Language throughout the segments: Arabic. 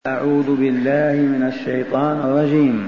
أعوذ بالله من الشيطان الرجيم.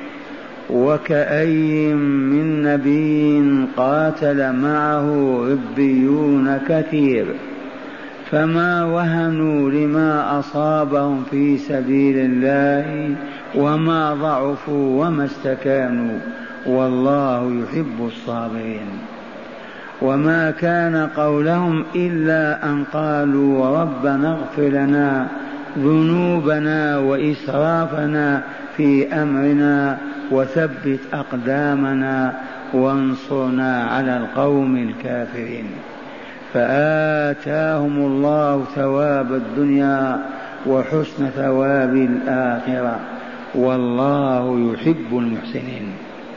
وكأي من نبي قاتل معه ربيون كثير فما وهنوا لما أصابهم في سبيل الله وما ضعفوا وما استكانوا والله يحب الصابرين. وما كان قولهم إلا أن قالوا ربنا اغفر لنا ذنوبنا وإسرافنا في أمرنا وثبت أقدامنا وانصرنا على القوم الكافرين. فآتاهم الله ثواب الدنيا وحسن ثواب الآخرة والله يحب المحسنين.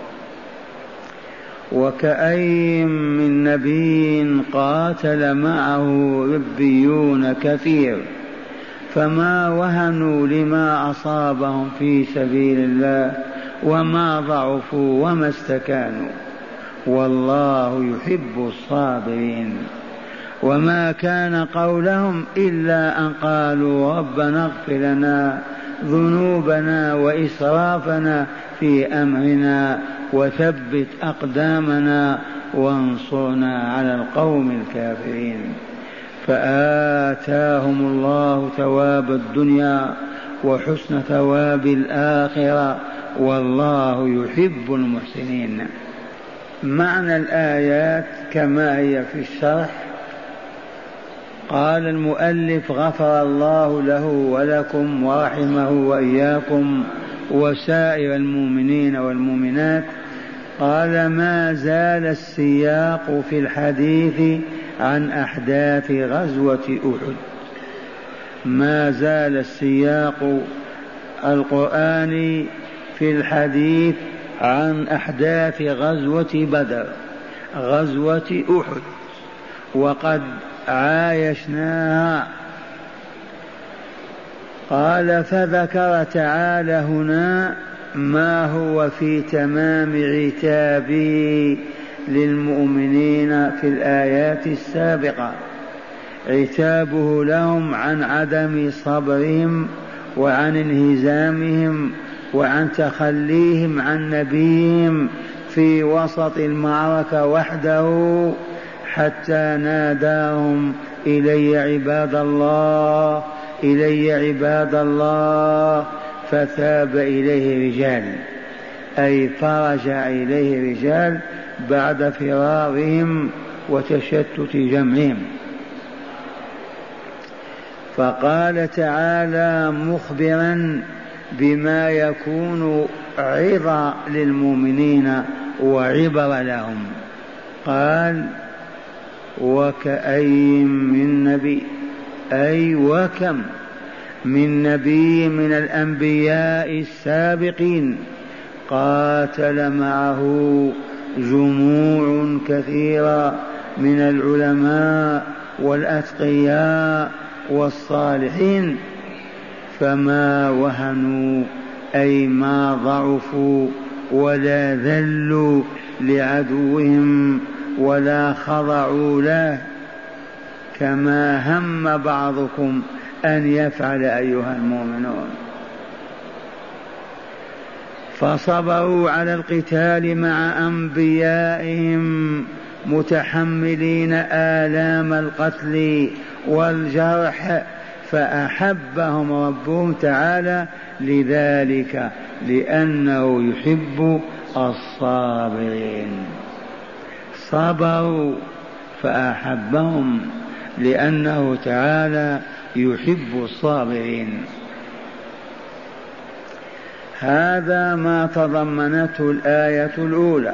وكأي من نبي قاتل معه ربيون كثير فما وهنوا لما أصابهم في سبيل الله وما ضعفوا وما استكانوا والله يحب الصابرين. وما كان قولهم إلا أن قالوا ربنا اغفر لنا ذنوبنا وإسرافنا في أمرنا وثبت أقدامنا وانصرنا على القوم الكافرين. فآتاهم الله ثواب الدنيا وحسن ثواب الآخرة والله يحب المحسنين. معنى الآيات كما هي في الشرح. قال المؤلف غفر الله له ولكم ورحمه وإياكم وسائر المؤمنين والمؤمنات. قال ما زال السياق في الحديث عن أحداث غزوة أحد. ما زال السياق القرآني في الحديث عن أحداث غزوة بدر، غزوة أحد، وقد عايشناها. قال فذكر تعالى هنا ما هو في تمام عتابه للمؤمنين في الآيات السابقة، عتابه لهم عن عدم صبرهم وعن انهزامهم وعن تخليهم عن نبيهم في وسط المعركة وحده حتى ناداهم إلي عباد الله إلي عباد الله، فثاب إليه رجال، أي فرجع إليه رجال بعد فرارهم وتشتت جمعهم. فقال تعالى مخبرا بما يكون عظة للمؤمنين وعبر لهم، قال وكأي من نبي، أي وكم من نبي من الأنبياء السابقين قاتل معه جموع كثيرة من العلماء والأتقياء والصالحين فما وهنوا، أي ما ضعفوا ولا ذلوا لعدوهم ولا خضعوا له كما هم بعضكم أن يفعل أيها المؤمنون. فصبروا على القتال مع أنبيائهم متحملين آلام القتل والجرح، فأحبهم ربهم تعالى لذلك لأنه يحب الصابرين. صبروا فأحبهم لأنه تعالى يحب الصابرين. هذا ما تضمنته الآية الأولى،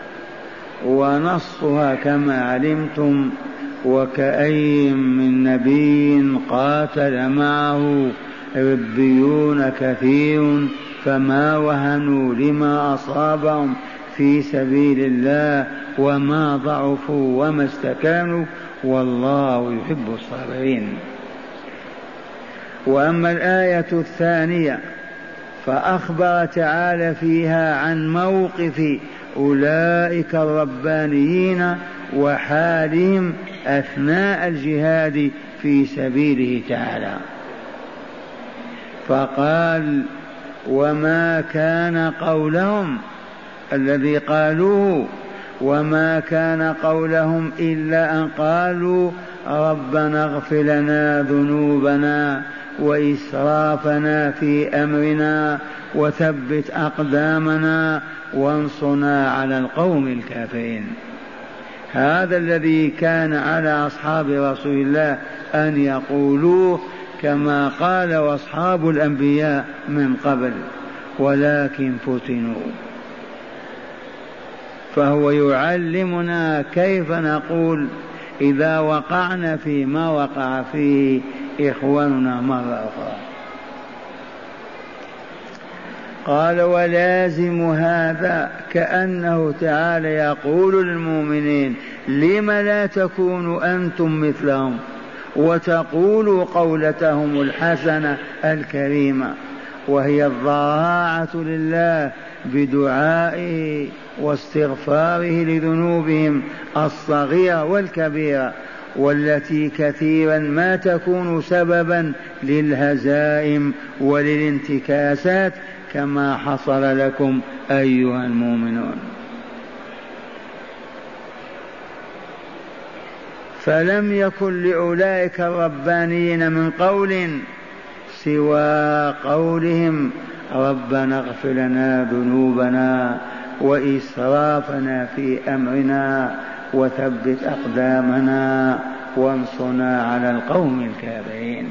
ونصها كما علمتم وكأي من نبي قاتل معه ربيون كثير فما وهنوا لما أصابهم في سبيل الله وما ضعفوا وما استكانوا والله يحب الصابرين. وأما الآية الثانية فأخبر تعالى فيها عن موقف أولئك الربانيين وحالهم أثناء الجهاد في سبيله تعالى. فقال وما كان قولهم الذي قالوه وما كان قولهم إلا أن قالوا ربنا اغفر لنا ذنوبنا وإسرافنا في أمرنا وثبت أقدامنا وانصرنا على القوم الكافرين. هذا الذي كان على أصحاب رسول الله أن يقولوه كما قال أصحاب الأنبياء من قبل، ولكن فتنوا. فهو يعلمنا كيف نقول إذا وقعنا فيما وقع فيه إخواننا مرة أخرى. قال ولازم هذا كأنه تعالى يقول للمؤمنين لم لا تكونوا أنتم مثلهم وتقولوا قولتهم الحسنة الكريمة، وهي الضراعة لله بدعائه واستغفاره لذنوبهم الصغيرة والكبيرة، والتي كثيرا ما تكون سببا للهزائم وللانتكاسات كما حصل لكم أيها المؤمنون. فلم يكن لأولئك الربانيين من قول سوى قولهم ربنا اغفر لنا ذنوبنا وإسرافنا في أمرنا وثبت أقدامنا وانصرنا على القوم الكافرين.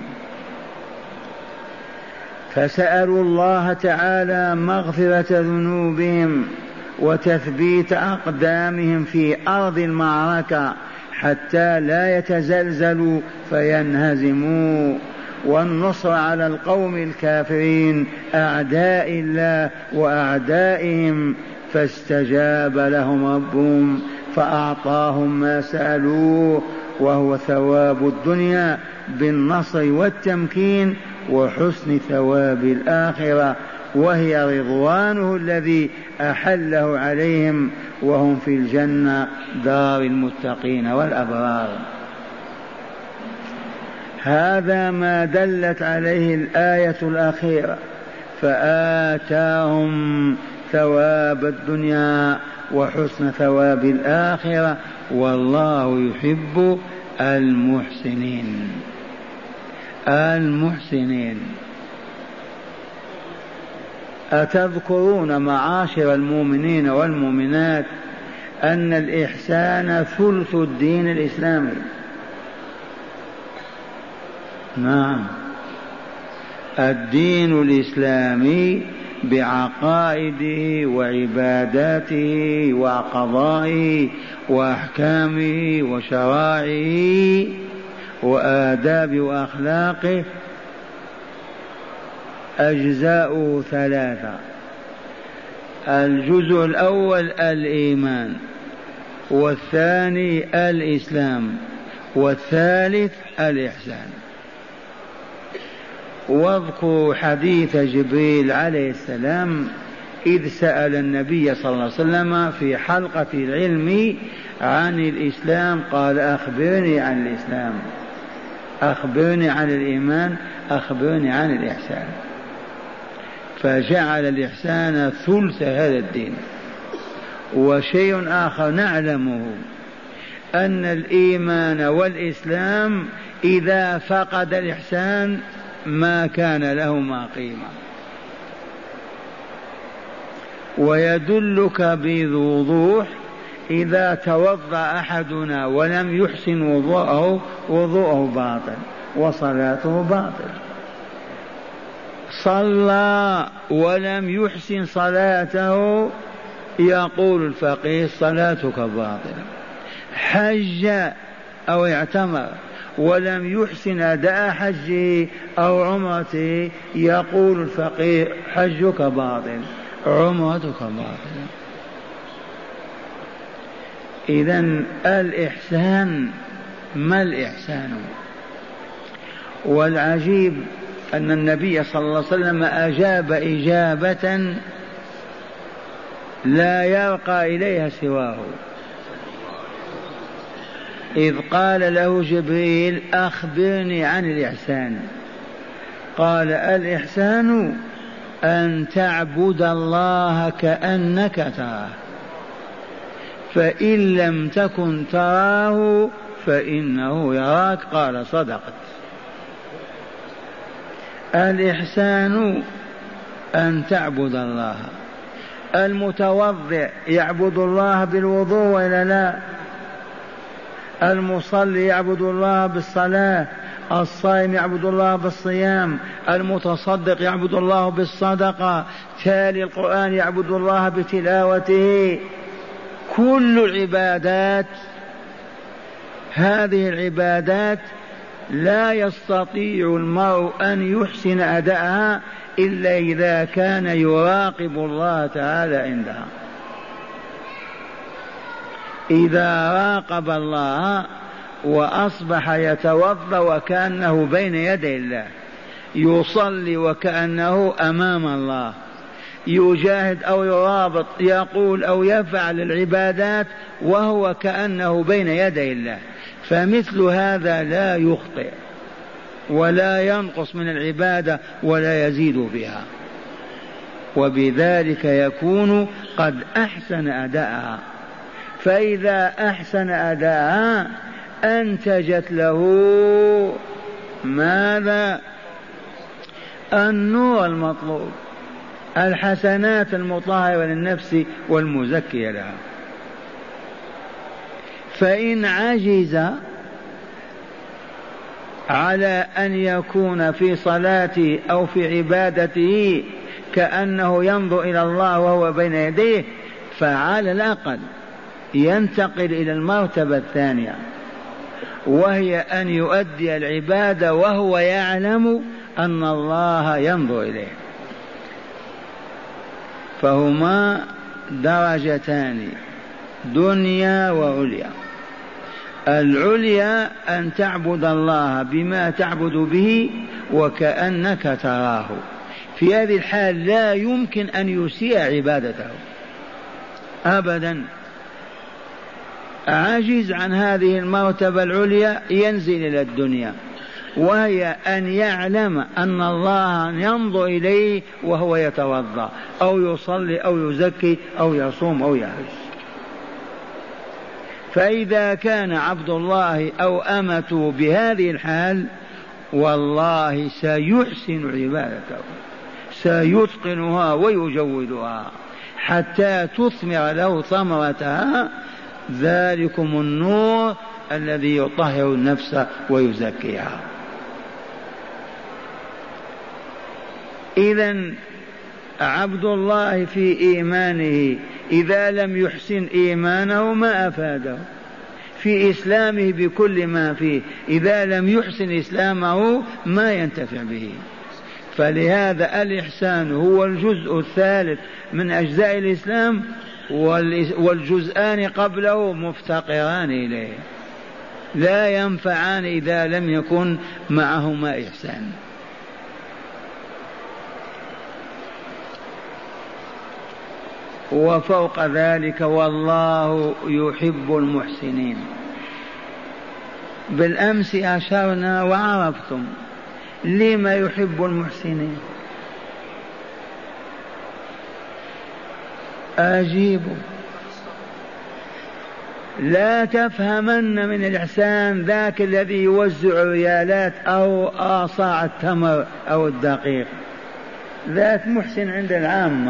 فسألوا الله تعالى مغفرة ذنوبهم وتثبيت أقدامهم في أرض المعركة حتى لا يتزلزلوا فينهزموا، والنصر على القوم الكافرين أعداء الله وأعدائهم، فاستجاب لهم ربهم فأعطاهم ما سألوه، وهو ثواب الدنيا بالنصر والتمكين وحسن ثواب الآخرة، وهي رضوانه الذي أحله عليهم وهم في الجنة دار المتقين والأبرار. هذا ما دلت عليه الآية الأخيرة، فآتاهم ثواب الدنيا وحسن ثواب الآخرة والله يحب المحسنين. المحسنين. أتذكرون معاشر المؤمنين والمؤمنات أن الإحسان ثلث الدين الإسلامي؟ نعم، الدين الإسلامي بعقائده وعباداته وقضائه وأحكامه وشرائعه وآداب وأخلاقه أجزاء ثلاثة. الجزء الأول الإيمان، والثاني الإسلام، والثالث الإحسان. واذكروا حديث جبريل عليه السلام إذ سأل النبي صلى الله عليه وسلم في حلقة العلم عن الإسلام، قال أخبرني عن الإسلام، أخبرني عن الإيمان، أخبرني عن الإحسان. فجعل الإحسان ثلث هذا الدين. وشيء آخر نعلمه أن الإيمان والإسلام إذا فقد الإحسان ما كان لهما قيمة. ويدلك بوضوح إذا توضأ أحدنا ولم يحسن وضوءه باطل وصلاته باطل. صلى ولم يحسن صلاته يقول الفقيه صلاتك باطلة. حج أو اعتمر ولم يحسن أداء حجه أو عمرته يقول الفقيه حجك باطل، عمرتك باطلة. إذن الإحسان، ما الإحسان؟ والعجيب أن النبي صلى الله عليه وسلم أجاب إجابة لا يرقى إليها سواه، إذ قال له جبريل أخبرني عن الإحسان، قال الإحسان أن تعبد الله كأنك تراه فإن لم تكن تراه فإنه يراك. قال صدقت. الإحسان أن تعبد الله. المتوضئ يعبد الله بالوضوء ولا لا؟ المصلي يعبد الله بالصلاة، الصائم يعبد الله بالصيام، المتصدق يعبد الله بالصدقة، تالي القرآن يعبد الله بتلاوته. كل العبادات هذه العبادات لا يستطيع المرء أن يحسن أداءها إلا إذا كان يراقب الله تعالى عندها. إذا راقب الله وأصبح يتوضأ وكأنه بين يدي الله، يصلي وكأنه أمام الله، يجاهد أو يرابط، يقول أو يفعل العبادات وهو كأنه بين يدي الله، فمثل هذا لا يخطئ ولا ينقص من العبادة ولا يزيد بها، وبذلك يكون قد أحسن أداءها. فإذا أحسن أداءها أنتجت له ماذا؟ النور المطلوب، الحسنات المطهرة للنفس والمزكية لها. فإن عجز على أن يكون في صلاته أو في عبادته كأنه ينظر إلى الله وهو بين يديه، فعلى الأقل ينتقل إلى المرتبة الثانية، وهي أن يؤدي العبادة وهو يعلم أن الله ينظر إليه. فهما درجتان، دنيا وعليا. العليا أن تعبد الله بما تعبد به وكأنك تراه. في هذه الحال لا يمكن أن يسيء عبادته أبدا. عجز عن هذه المرتبة العليا ينزل إلى الدنيا، وهي أن يعلم أن الله ينظر إليه وهو يتوضأ أو يصلي أو يزكي أو يصوم أو يحج. فإذا كان عبد الله أو أمته بهذه الحال والله سيحسن عبادته، سيتقنها ويجودها حتى تثمر له ثمرتها، ذلكم النور الذي يطهر النفس ويزكيها. إذن عبد الله في إيمانه إذا لم يحسن إيمانه ما أفاده، في إسلامه بكل ما فيه إذا لم يحسن إسلامه ما ينتفع به. فلهذا الإحسان هو الجزء الثالث من أجزاء الإسلام، والجزءان قبله مفتقران إليه، لا ينفعان إذا لم يكن معهما إحسان. وفوق ذلك والله يحب المحسنين. بالأمس أشرنا وعرفتم لما يحب المحسنين. أجيبوا، لا تفهمن من الإحسان ذاك الذي يوزع ريالات أو آصاع التمر أو الدقيق، ذاك محسن عند العامة.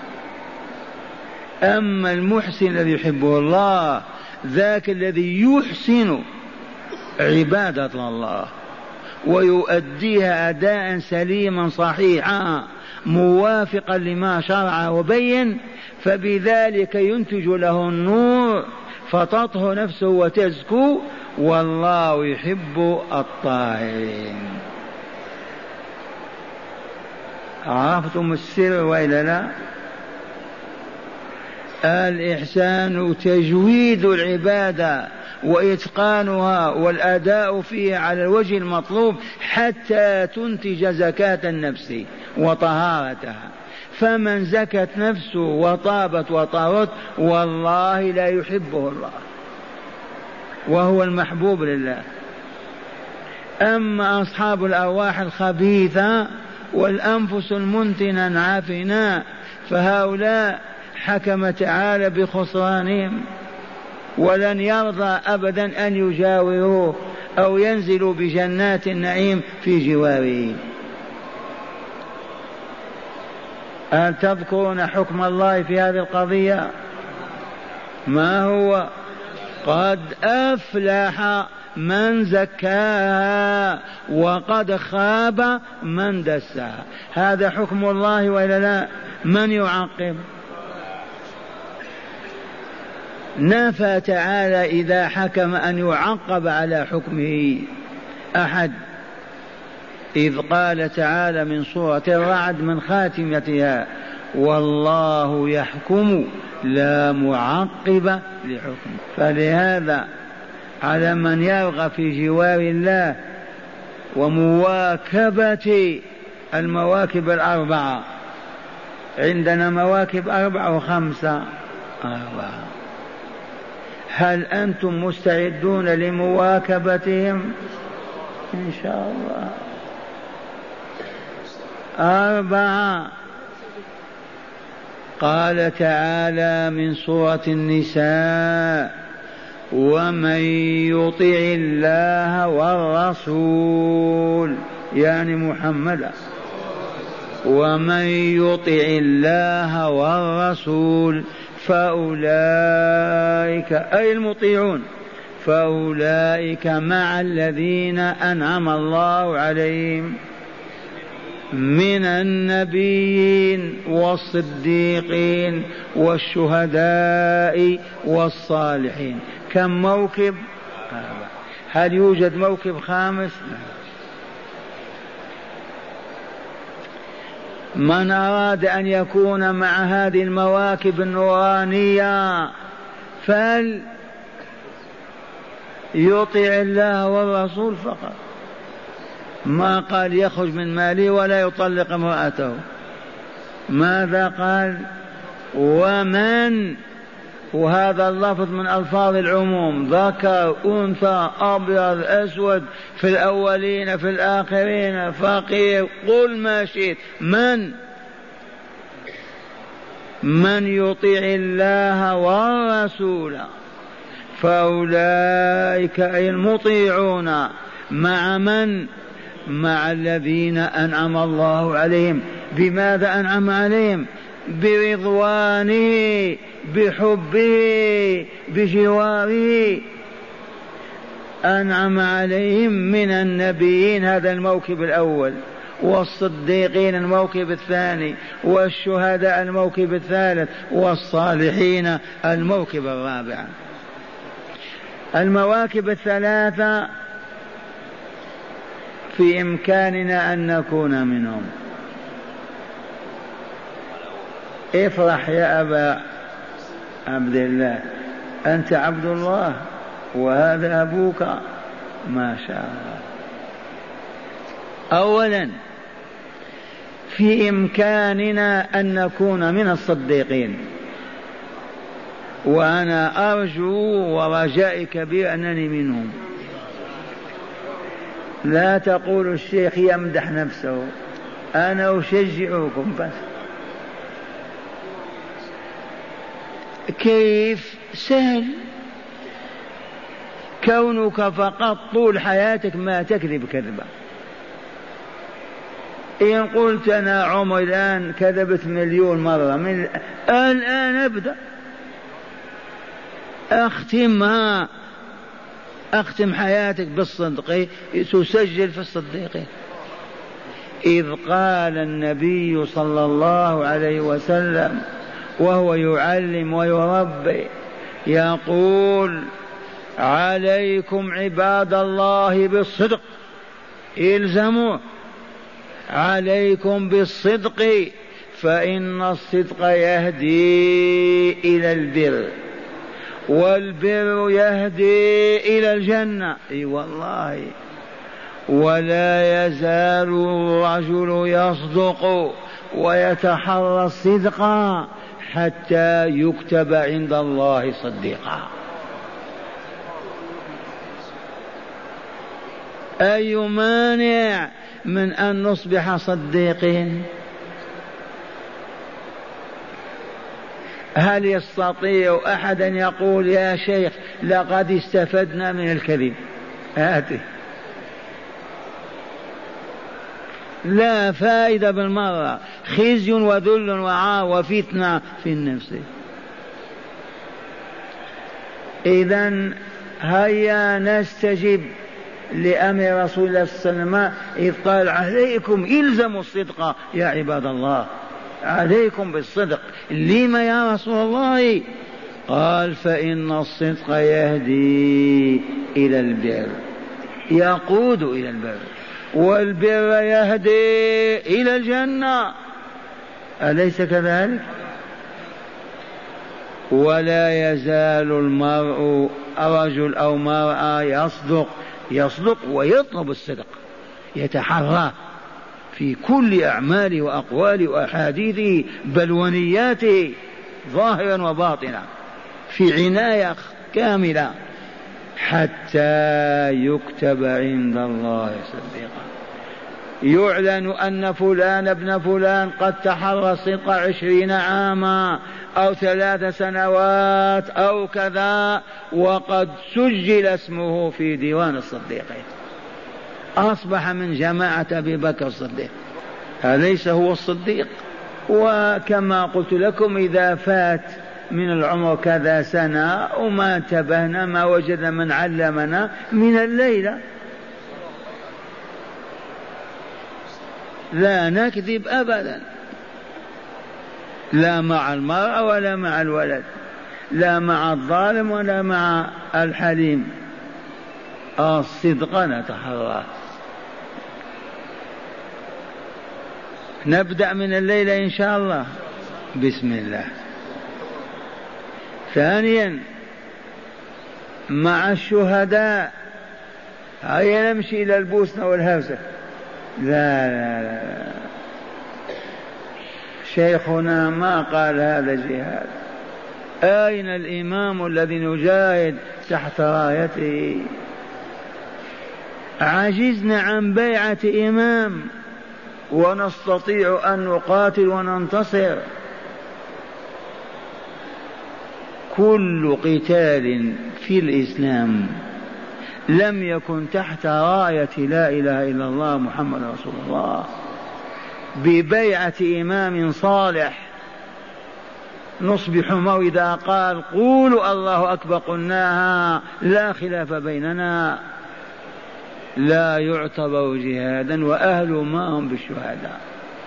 أما المحسن الذي يحبه الله ذاك الذي يحسن عبادة الله ويؤديها أداء سليما صحيحا موافقا لما شرع وبين، فبذلك ينتج له النور فتطهر نفسه وتزكو، والله يحب الطاهرين. عرفتم السر وإلا لا؟ الإحسان تجويد العبادة وإتقانها والأداء فيها على الوجه المطلوب حتى تنتج زكاة النفس وطهارتها. فمن زكت نفسه وطابت وطهرت والله لا يحبه الله، وهو المحبوب لله. أما أصحاب الأرواح الخبيثة والأنفس المنتنة العافنة فهؤلاء حكم تعالى بخسرانهم، ولن يرضى أبدا أن يجاوروه أو ينزلوا بجنات النعيم في جواره. هل تذكرون حكم الله في هذه القضية؟ ما هو؟ قد أفلح من زكاها وقد خاب من دساها. هذا حكم الله وإلا لا؟ من يعقب؟ نفى تعالى إذا حكم أن يعقب على حكمه أحد، إذ قال تعالى من سورة الرعد من خاتمتها: والله يحكم لا معقب لحكمه. فلهذا على من يرغب في جوار الله ومواكبة المواكب الأربعة، عندنا مواكب 4 و5، 4. هل أنتم مستعدون لمواكبتهم؟ إن شاء الله. 4. قال تعالى من سورة النساء: ومن يطع الله والرسول، يعني محمد، ومن يطع الله والرسول فأولئك أي المطيعون فأولئك مع الذين أنعم الله عليهم من النبيين والصديقين والشهداء والصالحين. كم موكب؟ هل يوجد موكب خامس؟ من أراد أن يكون مع هذه المواكب النورانية فليطع الله والرسول فقط. ما قال يخرج من ماله ولا يطلق امرأته، ماذا قال؟ ومن، وهذا اللفظ من ألفاظ العموم، ذكر أنثى أبيض أسود، في الأولين في الآخرين، فقير، قل ما شئت. من يطيع الله والرسول فأولئك أي المطيعون مع من؟ مع الذين أنعم الله عليهم. بماذا أنعم عليهم؟ برضوانه، بحبه، بجواره. أنعم عليهم من النبيين، هذا الموكب الأول، والصديقين الموكب الثاني، والشهداء الموكب الثالث، والصالحين الموكب الرابع. المواكب الثلاثة في إمكاننا أن نكون منهم. افرح يا أبا عبد الله، أنت عبد الله وهذا أبوك، ما شاء الله. أولا في إمكاننا أن نكون من الصديقين، وأنا أرجو ورجائي كبير أنني منهم. لا تقول الشيخ يمدح نفسه، أنا أشجعكم بس. كيف؟ سهل، كونك فقط طول حياتك ما تكذب كذبة. إن قلت أنا عمر الآن كذبت 1,000,000 مرة، من الآن أبدأ أختمها، أختم حياتك بالصدق، تسجل في الصديقين. إذ قال النبي صلى الله عليه وسلم وهو يعلم ويربي يقول: عليكم عباد الله بالصدق، الزموه، عليكم بالصدق فإن الصدق يهدي إلى البر، والبر يهدي إلى الجنة. اي والله. ولا يزال الرجل يصدق ويتحرى الصدق حتى يكتب عند الله صديقا. أي مانع من أن نصبح صديقين؟ هل يستطيع أحد أن يقول يا شيخ لقد استفدنا من الكذب؟ هاته لا فائدة بالمرة، خزي وذل وعار وفتنة في النفس. إذن هيا نستجب لأمر رسول الله صلى الله عليه وسلم إذ قال عليكم إلزموا الصدق يا عباد الله، عليكم بالصدق. لما يا رسول الله؟ قال فإن الصدق يهدي إلى البر، يقود إلى البر، والبر يهدي إلى الجنة، أليس كذلك؟ ولا يزال المرء رجل أو مرأة يصدق ويطلب الصدق، يتحرى في كل أعماله وأقواله وأحاديثه بل ونياته ظاهرا وباطنا، في عناية كاملة حتى يكتب عند الله صديقا. يعلن أن فلان ابن فلان قد تحرى الصدق 20 عاما أو 3 سنوات أو كذا، وقد سجل اسمه في ديوان الصديقين، أصبح من جماعة أبي بكر الصديق، أليس هو الصديق؟ وكما قلت لكم إذا فات من العمر كذا سنة وما انتبهنا ما وجدنا من علمنا من الليلة، لا نكذب أبدا، لا مع المرأة ولا مع الولد، لا مع الظالم ولا مع الحليم، الصدق نتحرى. نبدأ من الليلة إن شاء الله، بسم الله. ثانيا مع الشهداء، هيا نمشي إلى البوسنة والهوسة، لا لا لا، شيخنا ما قال هذا جهاد. أين الإمام الذي نجاهد تحت رايته؟ عجزنا عن بيعة إمام ونستطيع أن نقاتل وننتصر. كل قتال في الإسلام لم يكن تحت راية لا إله إلا الله محمد رسول الله، ببيعة إمام صالح نصبح موعدا قال قولوا الله أكبر قلناها لا خلاف بيننا، لا يعتبر جهادا وأهل ما هم بالشهداء.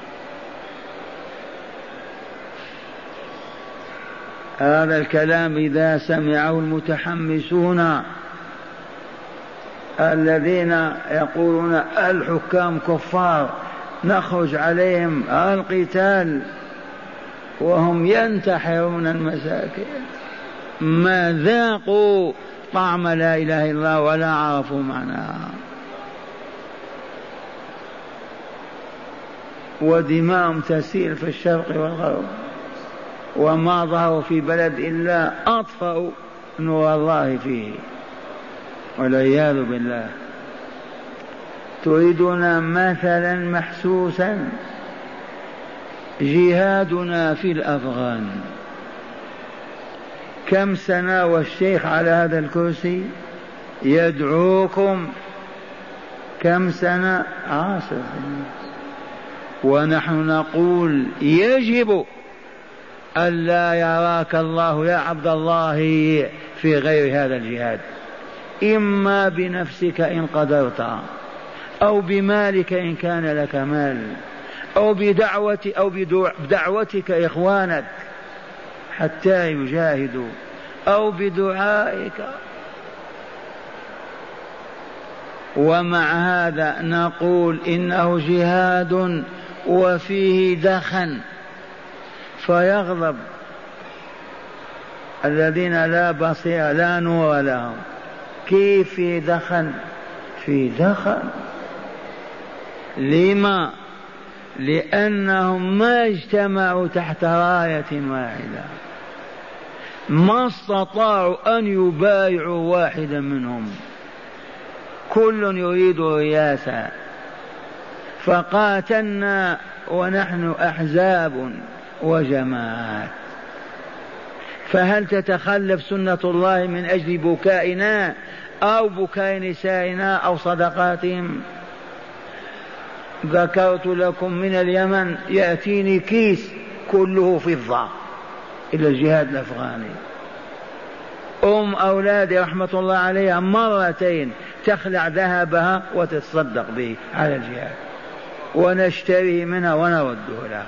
هذا الكلام إذا سمعه المتحمسون الذين يقولون الحكام كفار نخرج عليهم القتال، وهم ينتحرون المساكين، ما ذاقوا طعم لا إله إلا الله ولا عرفوا معناها، ودماءهم تسيل في الشرق والغرب، وما ظهروا في بلد إلا أطفأوا نور الله فيه والعياذ بالله. تريدنا مثلا محسوسا، جهادنا في الأفغان كم سنة والشيخ على هذا الكرسي يدعوكم، كم سنة؟ 10 سنين، ونحن نقول يجب ألا يراك الله يا عبد الله في غير هذا الجهاد، إما بنفسك إن قدرت، أو بمالك إن كان لك مال، أو بدعوتك إخوانك حتى يجاهدوا، أو بدعائك. ومع هذا نقول إنه جهاد وفيه دخن، فيغضب الذين لا بصير لا نور لهم. كيف في دخن؟ في دخن. لما؟ لأنهم ما اجتمعوا تحت راية واحدة، ما استطاعوا أن يبايعوا واحدا منهم، كل يريد رياسة، فقاتلنا ونحن أحزاب وجماعات. فهل تتخلف سنة الله من أجل بكائنا أو بكاء نسائنا أو صدقاتهم؟ ذكرت لكم من اليمن يأتيني كيس كله فضة إلى الجهاد الأفغاني، أولادي رحمة الله عليها مرتين تخلع ذهبها وتتصدق به على الجهاد، ونشتري منها ونرده لها.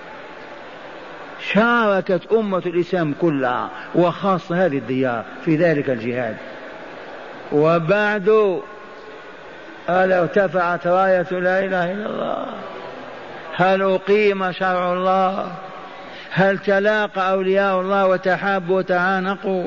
شاركت أمة الإسلام كلها وخاصة هذه الديار في ذلك الجهاد. وبعد هل ارتفعت راية لا إله إلا الله؟ هل أقيم شرع الله؟ هل تلاقى أولياء الله وتحابوا وتعانقوا؟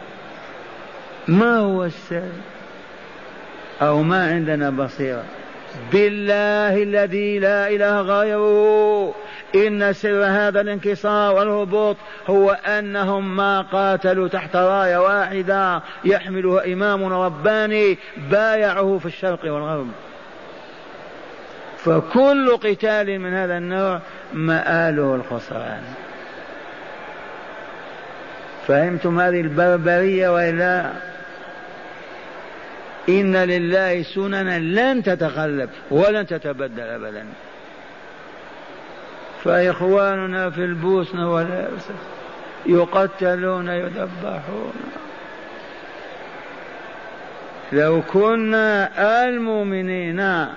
ما هو السر؟ أو ما عندنا بصيرة؟ بالله الذي لا إله غيره إن سر هذا الانكسار والهبوط هو أنهم ما قاتلوا تحت راية واحدة يحملها إمام رباني بايعه في الشرق والغرب. فكل قتال من هذا النوع مآله الخسران. فهمتم هذه البربرية وإلا؟ إن لله سننا لن تتخلف ولن تتبدل أبدا. فإخواننا في البوسنة والهرسك يقتلون يذبحون. لو كنا المؤمنين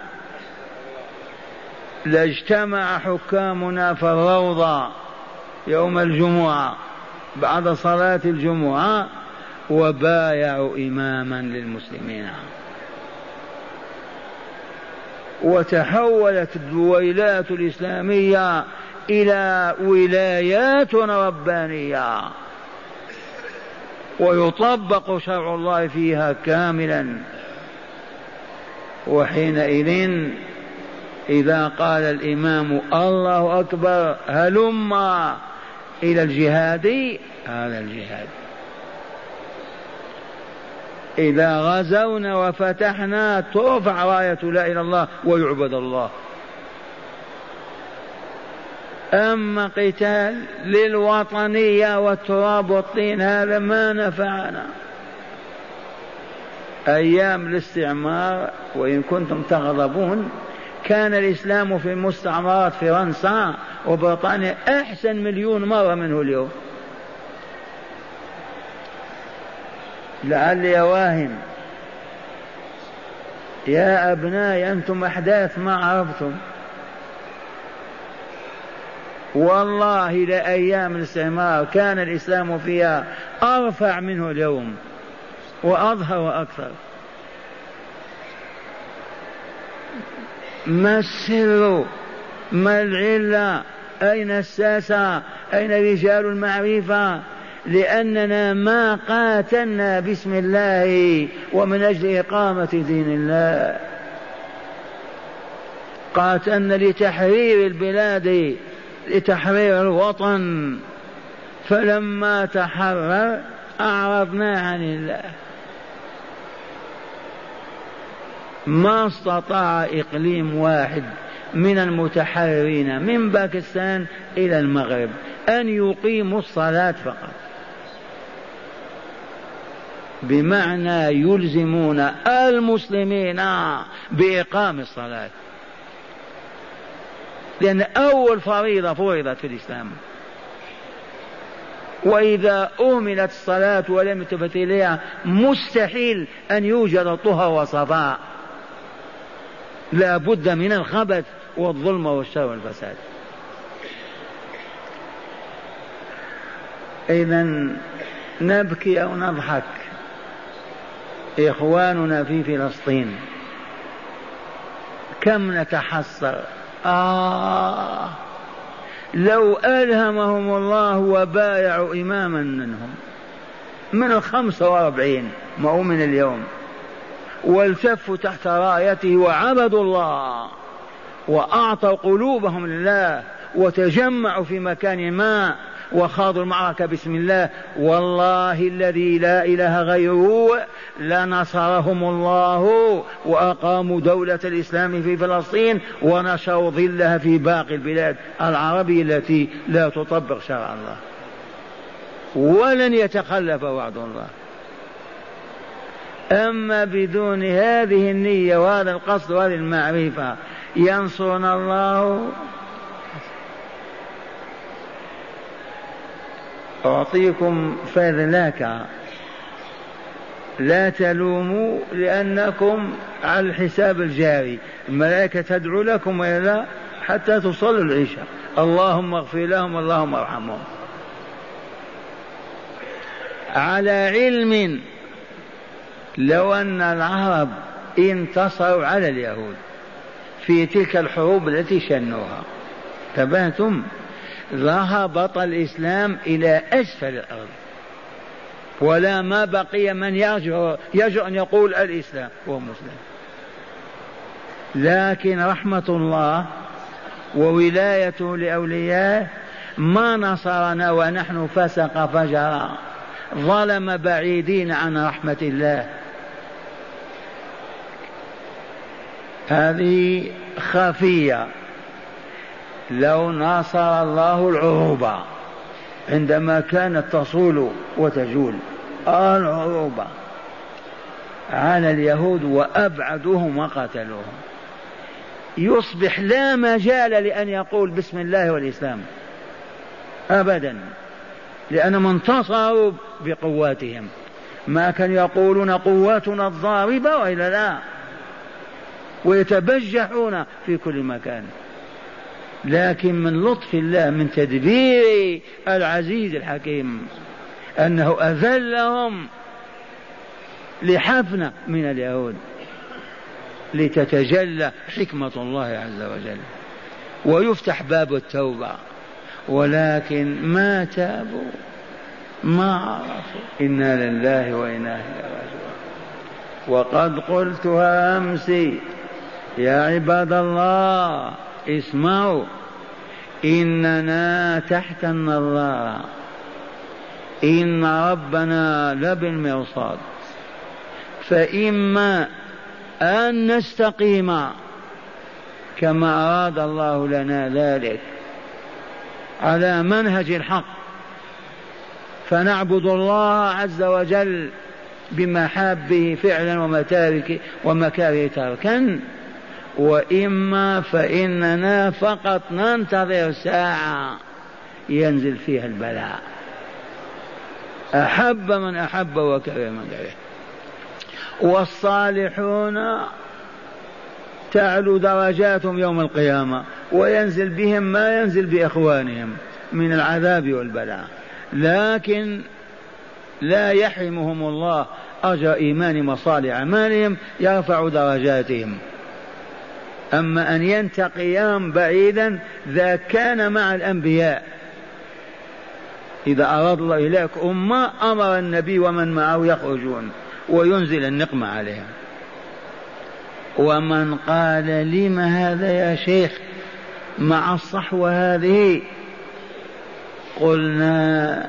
لاجتمع حكامنا في الروضة يوم الجمعة بعد صلاة الجمعة وبايعوا إماما للمسلمين، وتحولت الدويلات الإسلامية إلى ولايات ربانية ويطبق شرع الله فيها كاملا. وحينئذ إذا قال الإمام الله أكبر هلم إلى الجهاد، هذا الجهاد. إذا غزونا وفتحنا ترفع راية لا إله إلا الله ويعبد الله. أما قتال للوطنية والتراب والطين هذا ما نفعنا. أيام الاستعمار وإن كنتم تغضبون كان الإسلام في مستعمرات فرنسا وبريطانيا أحسن مليون مرة منه اليوم. لعلي واهم يا أبنائي، أنتم أحداث ما عرفتم. والله لأيام الاستعمار كان الإسلام فيها أرفع منه اليوم وأظهر وأكثر. ما السر؟ ما العلة؟ أين الساسة؟ أين رجال المعرفة؟ لأننا ما قاتلنا باسم الله ومن أجل إقامة دين الله، قاتلنا لتحرير البلاد لتحرير الوطن. فلما تحرر أعرضنا عن الله. ما استطاع إقليم واحد من المتحررين من باكستان إلى المغرب أن يقيموا الصلاة فقط، بمعنى يلزمون المسلمين بإقام الصلاة، لأن أول فريضة فرضت في الإسلام. وإذا أهملت الصلاة ولم يلتفت إليها مستحيل أن يوجد طهر وصفاء، لا بد من الخبث والظلم والشر والفساد. إذن نبكي أو نضحك؟ إخواننا في فلسطين كم نتحسر. لو ألهمهم الله وبايعوا إماما منهم من 45 ما هو من اليوم، والتفوا تحت رايته وعبدوا الله وأعطوا قلوبهم لله وتجمعوا في مكان ما وخاضوا المعركة بسم الله، والله الذي لا إله غيره لنصرهم الله وأقاموا دولة الإسلام في فلسطين ونشروا ظلها في باقي البلاد العربية التي لا تطبق شرع الله، ولن يتخلف وعد الله. أما بدون هذه النية وهذا القصد وهذه المعرفة ينصرنا الله. أعطيكم فذلك، لا تلوموا لأنكم على الحساب الجاري، الملائكة تدعو لكم وإلا حتى تصلوا العشاء، اللهم اغفر لهم اللهم ارحمهم. على علم لو أن العرب انتصروا على اليهود في تلك الحروب التي شنوها، تبهتم، ذهبط الإسلام إلى أسفل الأرض، ولا ما بقي من يجرؤ أن يقول الإسلام هو مسلم. لكن رحمة الله وولايته لأوليائه ما نصرنا ونحن فسق فجر ظلم بعيدين عن رحمة الله. هذه خفية. لو ناصر الله العروبة عندما كانت تصول وتجول العروبة على اليهود وأبعدوهم وقتلوهم، يصبح لا مجال لأن يقول بسم الله والإسلام أبدا، لأنهم انتصروا بقواتهم. ما كانوا يقولون قواتنا الضاربة وإلا لا، ويتبجحون في كل مكان. لكن من لطف الله من تدبير العزيز الحكيم أنه أذلهم لحفنة من اليهود لتتجلى حكمة الله عز وجل ويفتح باب التوبة، ولكن ما تابوا ما عرفوا. إنا لله وإنا إليه راجعون. وقد قلتها أمس يا عباد الله اسمعوا، إننا تحت النظارة، إن ربنا لبالمرصاد، فإما أن نستقيم كما أراد الله لنا ذلك على منهج الحق فنعبد الله عز وجل بمحابه فعلا ومكاره تركا، وإما فإننا فقط ننتظر ساعة ينزل فيها البلاء، أحب من أحب وكره من كره. والصالحون تعلو درجاتهم يوم القيامة وينزل بهم ما ينزل بإخوانهم من العذاب والبلاء، لكن لا يحرمهم الله أجر إيمان وصالح أعمالهم، يرفع درجاتهم. أما أن ينتقيان بعيدا ذا كان مع الأنبياء، إذا أراد الله إليك أمة أمر النبي ومن معه يخرجون وينزل النقمة عليها. ومن قال لم هذا يا شيخ مع الصحوة هذه، قلنا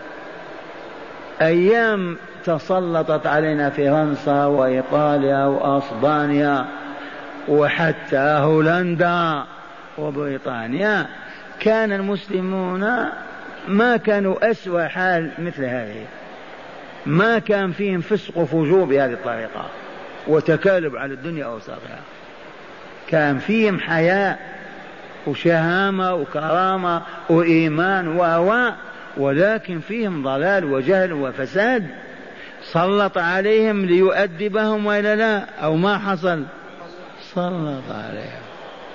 أيام تسلطت علينا فرنسا وإيطاليا وأسبانيا وحتى هولندا وبريطانيا، كان المسلمون ما كانوا أسوأ حال مثل هذه، ما كان فيهم فسق وفجور بهذه الطريقة وتكالب على الدنيا أوساطها، كان فيهم حياء وشهامة وكرامة وإيمان ولكن فيهم ضلال وجهل وفساد، سلط عليهم ليؤدبهم وإلا لا، أو ما حصل سلط عليهم.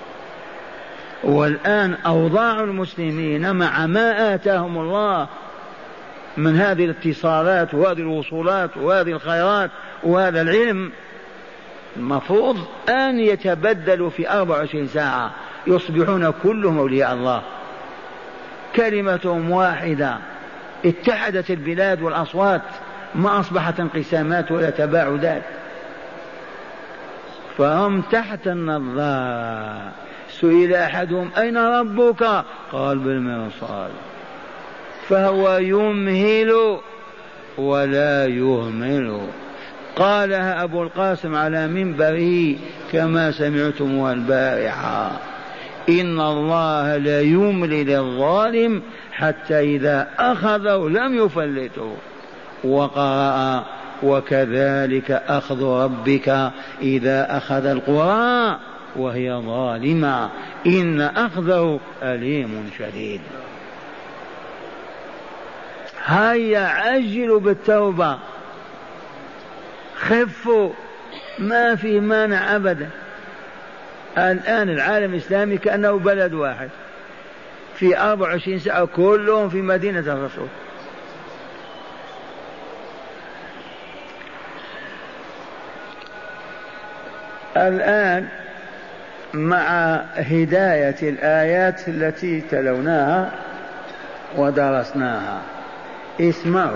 والآن أوضاع المسلمين مع ما آتاهم الله من هذه الاتصالات وهذه الوصولات وهذه الخيرات وهذا العلم، المفروض أن يتبدلوا في 24 ساعة، يصبحون كلهم أولياء الله، كلمتهم واحدة، اتحدت البلاد والأصوات، ما أصبحت انقسامات ولا تباعدات، فهم تحت النظارة. سئل أحدهم أين ربك؟ قال بالمرصاد. فهو يمهل ولا يهمل. قالها أبو القاسم على منبره كما سمعتموها البارحة: إن الله لا يملي للظالم حتى إذا أخذه لم يفلته. وقرأ: وكذلك أخذ ربك إذا أخذ القرى وهي ظالمة إن أخذه أليم شديد. هيا عجلوا بالتوبة، خفوا، ما في مانع أبدا. الآن العالم الإسلامي كأنه بلد واحد، في 24 ساعة كلهم في مدينة الرسول. الآن مع هداية الآيات التي تلوناها ودرسناها، اسمعوا.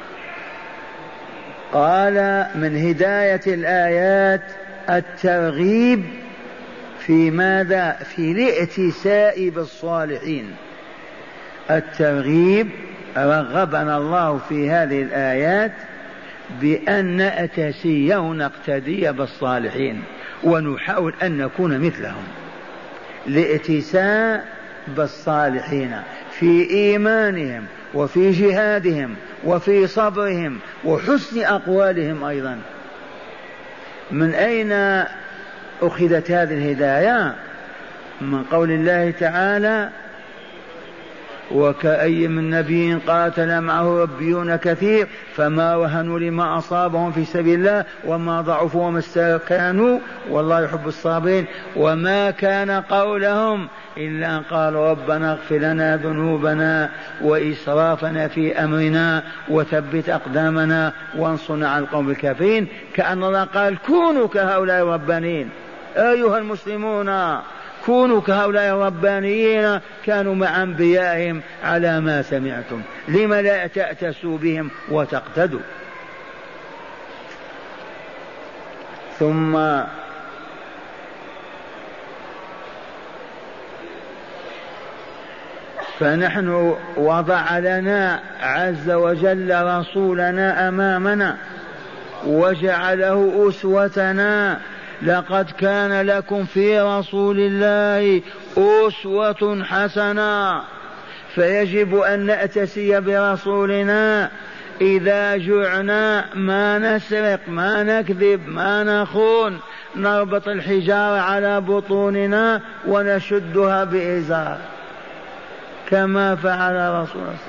قال: من هداية الآيات الترغيب في ماذا؟ في الائتساء بالصالحين. الترغيب، رغبنا الله في هذه الآيات بأن نأتسي ونقتدي بالصالحين ونحاول أن نكون مثلهم. الائتساء بالصالحين في إيمانهم وفي جهادهم وفي صبرهم وحسن أقوالهم أيضا. من أين أخذت هذه الهداية؟ من قول الله تعالى: وكأي من نبي قاتل معه ربيون كثير فما وهنوا لما أصابهم في سبيل الله وما ضعفوا وما استكانوا والله يحب الصابرين وما كان قولهم إلا أن قالوا ربنا اغفر لنا ذنوبنا وإسرافنا في أمرنا وثبت أقدامنا وانصرنا على القوم الكافرين. كأن الله قال: كونوا كهؤلاء الربانيين أيها المسلمون، كونوا كهؤلاء الربانيين كانوا مع أنبيائهم على ما سمعتم، لم لا تأتسوا بهم وتقتدوا. ثم فنحن وضع لنا عز وجل رسولنا أمامنا وجعله أسوتنا. لقد كان لكم في رسول الله أسوة حسنة، فيجب أن نأتسي برسولنا. إذا جعنا ما نسرق ما نكذب ما نخون، نربط الحجارة على بطوننا ونشدها بإزار كما فعل رسول الله.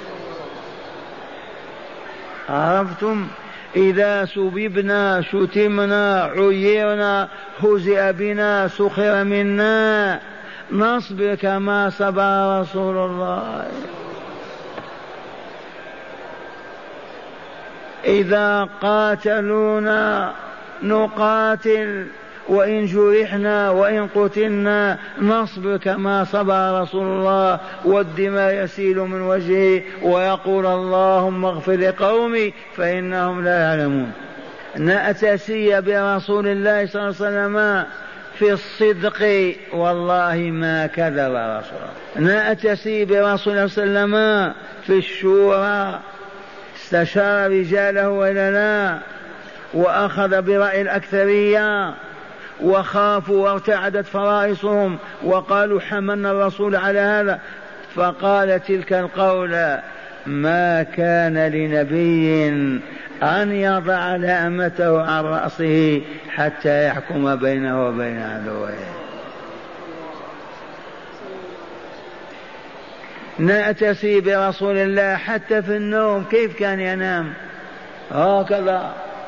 عرفتم؟ إذا سببنا شتمنا عيرنا هزئ بنا سخر منا نصبر كما صبر رسول الله. إذا قاتلونا نقاتل، وإن جرحنا وإن قتلنا نصبر كما صبر رسول الله، والدماء يسيل من وجهه ويقول اللهم اغفر لقومي فإنهم لا يعلمون. نأتسي برسول الله صلى الله عليه وسلم في الصدق، والله ما كذب رسول الله. نأتسي برسول الله صلى الله عليه وسلم في الشورى، استشار رجاله ولا لا، وأخذ برأي الأكثرية، وخافوا وارتعدت فرائصهم وقالوا حملنا الرسول على هذا، فقال تلك القول: ما كان لنبي أن يضع لأمته عن رأسه حتى يحكم بينه وبين عدوه. نأتسي برسول الله حتى في النوم. كيف كان ينام؟ هكذا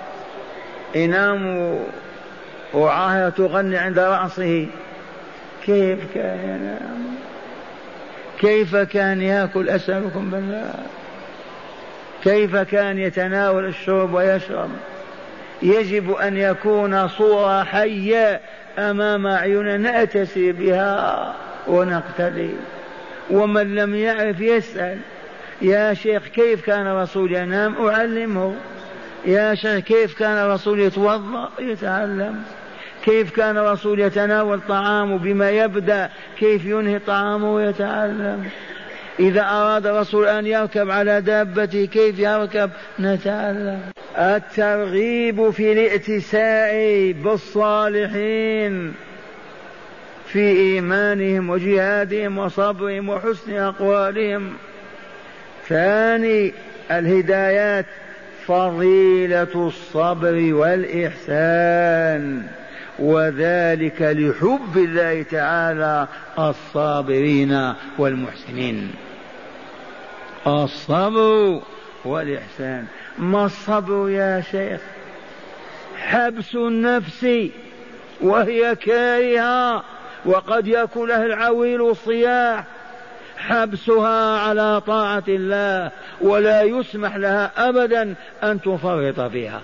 ينام وعاهة تغني عند رأسه. كيف كان ينام؟ كيف كان يأكل؟ أسألكم بالله. كيف كان يتناول الشرب ويشرب؟ يجب أن يكون صورة حية أمام أعيننا نأتسي بها ونقتدي. ومن لم يعرف يسأل: يا شيخ كيف كان الرسول ينام؟ أعلمه. يا شيخ كيف كان الرسول يتوضأ؟ يتعلم. كيف كان الرسول يتناول طعامه بما يبدأ كيف ينهي طعامه؟ يتعلم. إذا أراد الرسول أن يركب على دابته كيف يركب؟ نتعلم. الترغيب في الائتساء بالصالحين في إيمانهم وجهادهم وصبرهم وحسن أقوالهم. ثاني الهدايات فضيلة الصبر والإحسان، وذلك لحب الله تعالى الصابرين والمحسنين. الصبر والإحسان. ما الصبر يا شيخ؟ حبس النفس وهي كارهة وقد يكون لها العويل والصياح، حبسها على طاعة الله ولا يسمح لها أبدا أن تفرط فيها.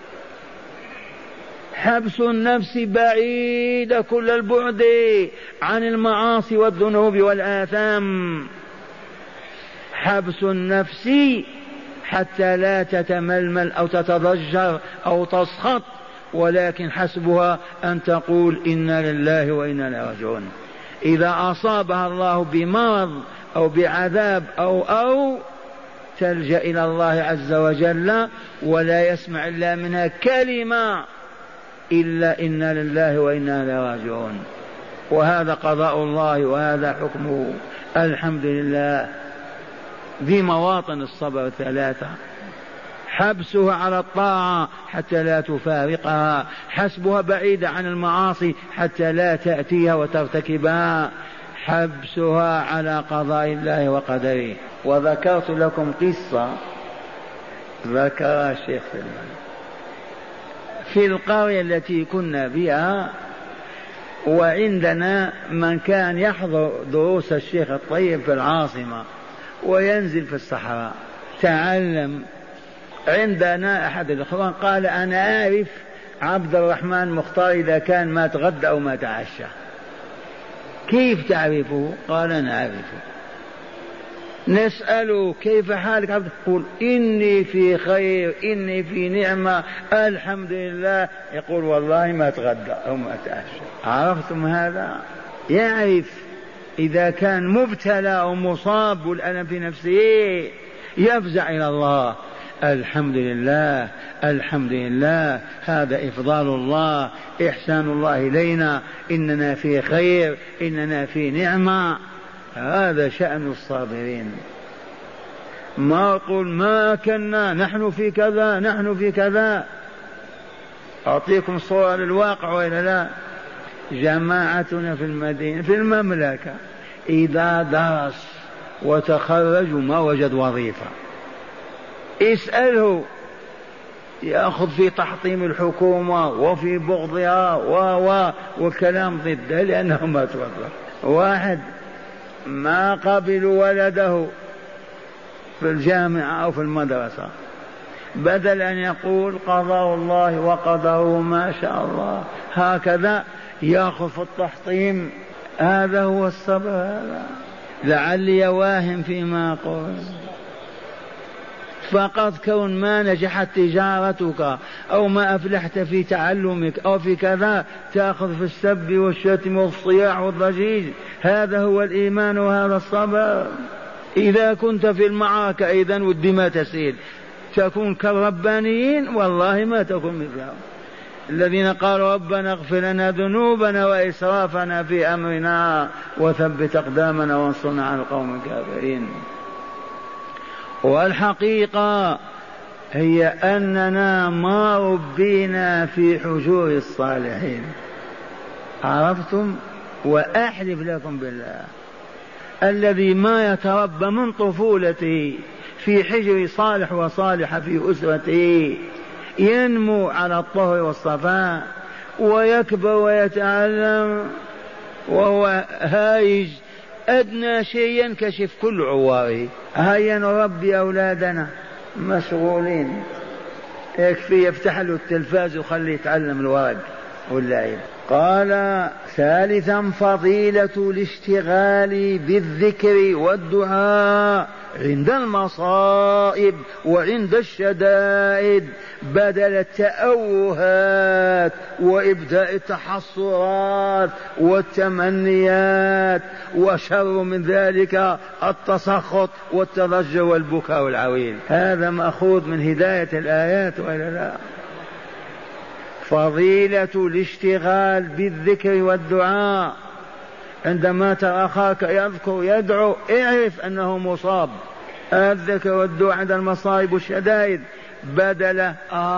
حبس النفس بعيد كل البعد عن المعاصي والذنوب والآثام. حبس النفس حتى لا تتململ أو تتضجر أو تسخط، ولكن حسبها أن تقول إنا لله وإنا إليه راجعون. إذا أصابها الله بمرض أو بعذاب أو تلجأ إلى الله عز وجل ولا يسمع إلا منها كلمة إلا إنا لله وإنا إليه راجعون. وهذا قضاء الله وهذا حكمه، الحمد لله. ذي مواطن الصبر ثلاثة: حبسها على الطاعة حتى لا تفارقها، حسبها بعيدة عن المعاصي حتى لا تأتيها وترتكبها، حبسها على قضاء الله وقدره. وذكرت لكم قصة ذكرها الشيخ في القرية التي كنا بها، وعندنا من كان يحضر دروس الشيخ الطيب في العاصمة وينزل في الصحراء. تعلم عندنا أحد الإخوان قال: أنا أعرف عبد الرحمن مختار إذا كان ما تغدى أو ما تعشى. كيف تعرفه؟ قال: أنا أعرفه. نسأله: كيف حالك عبد؟ يقول: إني في خير، إني في نعمة، الحمد لله. يقول: والله ما تغدى أو ما تعشى. عرفتم هذا؟ يعرف إذا كان مبتلى أو مصاب والألم في نفسه يفزع إلى الله: الحمد لله الحمد لله، هذا إفضال الله، إحسان الله إلينا، إننا في خير، إننا في نعمة. هذا شأن الصابرين. ما أقول ما كنا نحن في كذا نحن في كذا. أعطيكم صورة للواقع وإلا لا؟ جماعتنا في المدينة في المملكة إذا درس وتخرج ما وجد وظيفة، اسأله، يأخذ في تحطيم الحكومة وفي بغضها والكلام ضده لأنه ما توظف. واحد ما قبلوا ولده في الجامعة أو في المدرسة، بدل أن يقول قضاء الله وقدره ما شاء الله هكذا يأخذ في التحطيم. هذا هو الصبر. هذا لعلي واهم فيما أقول. فقط كون ما نجحت تجارتك أو ما أفلحت في تعلمك أو في كذا تأخذ في السب والشتم والصياح والضجيج. هذا هو الإيمان وهذا الصبر. إذا كنت في المعركة إذن والدماء تسيل تكون كالربانيين، والله ما تكون مثلهم الذين قالوا: ربنا اغفر لنا ذنوبنا وإسرافنا في أمرنا وثبت أقدامنا وانصرنا على القوم الكافرين. والحقيقة هي أننا ما ربينا في حجور الصالحين. عرفتم؟ وأحلف لكم بالله الذي ما يتربى من طفولته في حجر صالح وصالحة في أسرته ينمو على الطهر والصفاء ويكبر ويتعلم وهو هايج أدنى شيء ينكشف كل عواره. هيا نربي أولادنا مشغولين، يكفي يفتح له التلفاز وخليه يتعلم الورق واللعب. قال ثالثا فضيلة الاشتغال بالذكر والدعاء عند المصائب وعند الشدائد بدل التأوهات وإبداء التحصرات والتمنيات، وشر من ذلك التسخط والتضجر والبكاء والعويل. هذا مأخوذ من هداية الآيات وإلا لا؟ فضيلة الاشتغال بالذكر والدعاء. عندما ترى أخاك يذكر يدعو اعرف أنه مصاب. الذكر والدعاء عند المصائب والشدائد بدل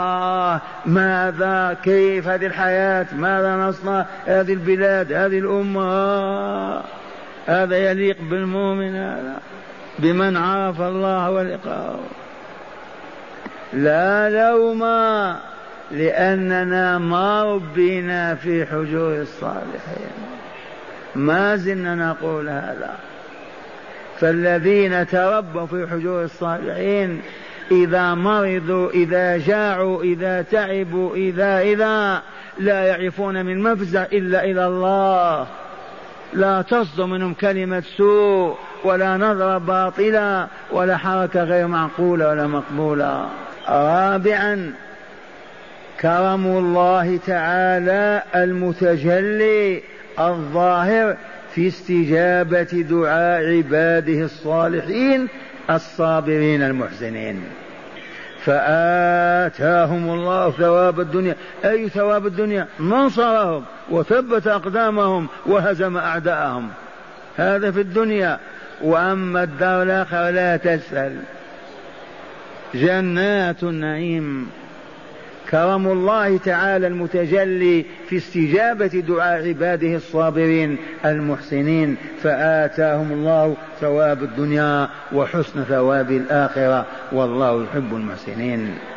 ماذا كيف هذه الحياة، ماذا نصنع هذه البلاد هذه الأمة. هذا يليق بالمؤمن، هذا بمن عرف الله ولقاه. لا لوم، لأننا ما ربينا في حجور الصالحين، ما زلنا نقول هذا. فالذين تربوا في حجور الصالحين إذا مرضوا إذا جاعوا إذا تعبوا إذا لا يعرفون من مفزع إلا إلى الله، لا تصدر منهم كلمة سوء ولا نظرة باطلة ولا حركة غير معقولة ولا مقبولة. رابعا كرم الله تعالى المتجلي الظاهر في استجابة دعاء عباده الصالحين الصابرين المحسنين، فآتاهم الله ثواب الدنيا. أي ثواب الدنيا؟ نصرهم وثبت أقدامهم وهزم أعداءهم، هذا في الدنيا. وأما الدار الآخرة لا تسأل، جنات النعيم. كرم الله تعالى المتجلي في استجابة دعاء عباده الصابرين المحسنين، فآتاهم الله ثواب الدنيا وحسن ثواب الآخرة، والله يحب المحسنين.